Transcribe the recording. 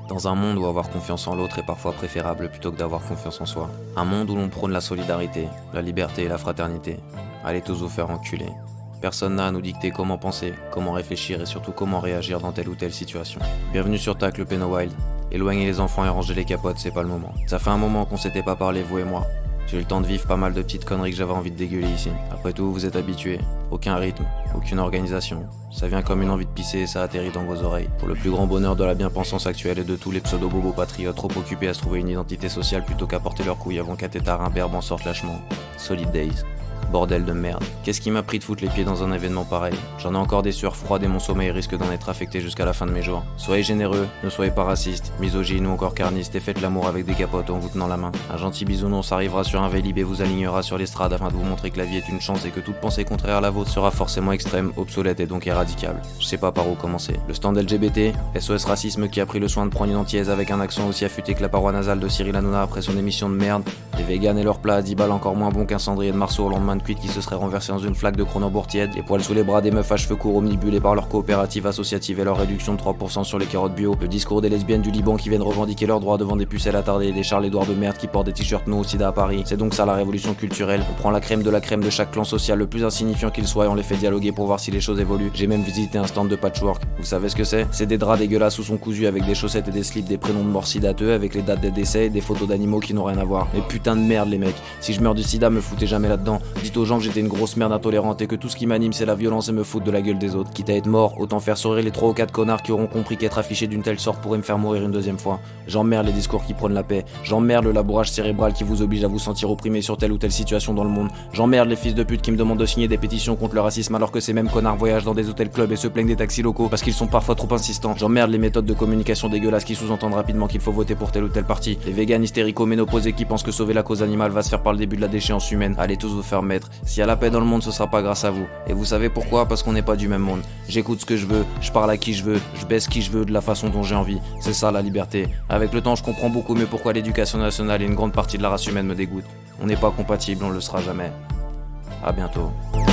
Dans un monde où avoir confiance en l'autre est parfois préférable plutôt que d'avoir confiance en soi. Un monde où l'on prône la solidarité, la liberté et la fraternité. Allez tous vous faire enculer. Personne n'a à nous dicter comment penser, comment réfléchir et surtout comment réagir dans telle ou telle situation. Bienvenue sur Tacle Wild. Éloignez les enfants et rangez les capotes, c'est pas le moment. Ça fait un moment qu'on s'était pas parlé, vous et moi. J'ai eu le temps de vivre pas mal de petites conneries que j'avais envie de dégueuler ici. Après tout, vous êtes habitués. Aucun rythme, aucune organisation. Ça vient comme une envie de pisser et ça atterrit dans vos oreilles. Pour le plus grand bonheur de la bien-pensance actuelle et de tous les pseudo-bobos patriotes trop occupés à se trouver une identité sociale plutôt qu'à porter leurs couilles avant qu'un tétard imberbe en sorte lâchement. Solid Days. Bordel de merde. Qu'est-ce qui m'a pris de foutre les pieds dans un événement pareil? J'en ai encore des sueurs froides et mon sommeil risque d'en être affecté jusqu'à la fin de mes jours. Soyez généreux, ne soyez pas racistes, misogynes ou encore carnistes et faites l'amour avec des capotes en vous tenant la main. Un gentil bisounours arrivera sur un Vélib et vous alignera sur l'estrade afin de vous montrer que la vie est une chance et que toute pensée contraire à la vôtre sera forcément extrême, obsolète et donc irradicable. Je sais pas par où commencer. Le stand LGBT, SOS Racisme qui a pris le soin de prendre une antillaise avec un accent aussi affûté que la paroi nasale de Cyril Hanouna après son émission de merde, les véganes et leurs plats à 10 balles encore moins bons qu'un cendrier de Marceau au lendemain de cuite qui se serait renversé dans une flaque de Kronenbourg tiède, les poils sous les bras des meufs à cheveux courts omnibulés par leur coopérative associative et leur réduction de 3% sur les carottes bio, le discours des lesbiennes du Liban qui viennent revendiquer leurs droits devant des pucelles attardées et des Charles-Édouard de merde qui portent des t-shirts no au sida à Paris. C'est donc ça la révolution culturelle. On prend la crème de chaque clan social le plus insignifiant qu'il soit et on les fait dialoguer pour voir si les choses évoluent. J'ai même visité un stand de patchwork. Vous savez ce que c'est? C'est des draps dégueulasses où sont cousus avec des chaussettes et des slips des prénoms de morts sidateux avec les dates des décès et des photos d'animaux qui n'ont rien à voir. Mais putain de merde les mecs. Si je meurs du sida, me foutez jamais là-dedans. Dites aux gens que j'étais une grosse merde intolérante et que tout ce qui m'anime c'est la violence et me foutre de la gueule des autres. Quitte à être mort, autant faire sourire les 3 ou 4 connards qui auront compris qu'être affiché d'une telle sorte pourrait me faire mourir une deuxième fois. J'emmerde les discours qui prônent la paix. J'emmerde le labourage cérébral qui vous oblige à vous sentir opprimé sur telle ou telle situation dans le monde. J'emmerde les fils de pute qui me demandent de signer des pétitions contre le racisme alors que ces mêmes connards voyagent dans des hôtels clubs et se plaignent des taxis locaux parce qu'ils sont parfois trop insistants. J'emmerde les méthodes de communication dégueulasses qui sous-entendent rapidement qu'il faut voter pour tel ou tel parti. Les véganes hystérico-ménopausés qui pensent que sauver la cause animale va se faire par le début de la déchéance humaine. Allez tous vous faire mettre. S'il y a la paix dans le monde, ce sera pas grâce à vous. Et vous savez pourquoi? Parce qu'on n'est pas du même monde. J'écoute ce que je veux, je parle à qui je veux, je baisse qui je veux de la façon dont j'ai envie. C'est ça la liberté. Avec le temps, je comprends beaucoup mieux pourquoi l'éducation nationale et une grande partie de la race humaine me dégoûtent. On n'est pas compatibles, on le sera jamais. À bientôt.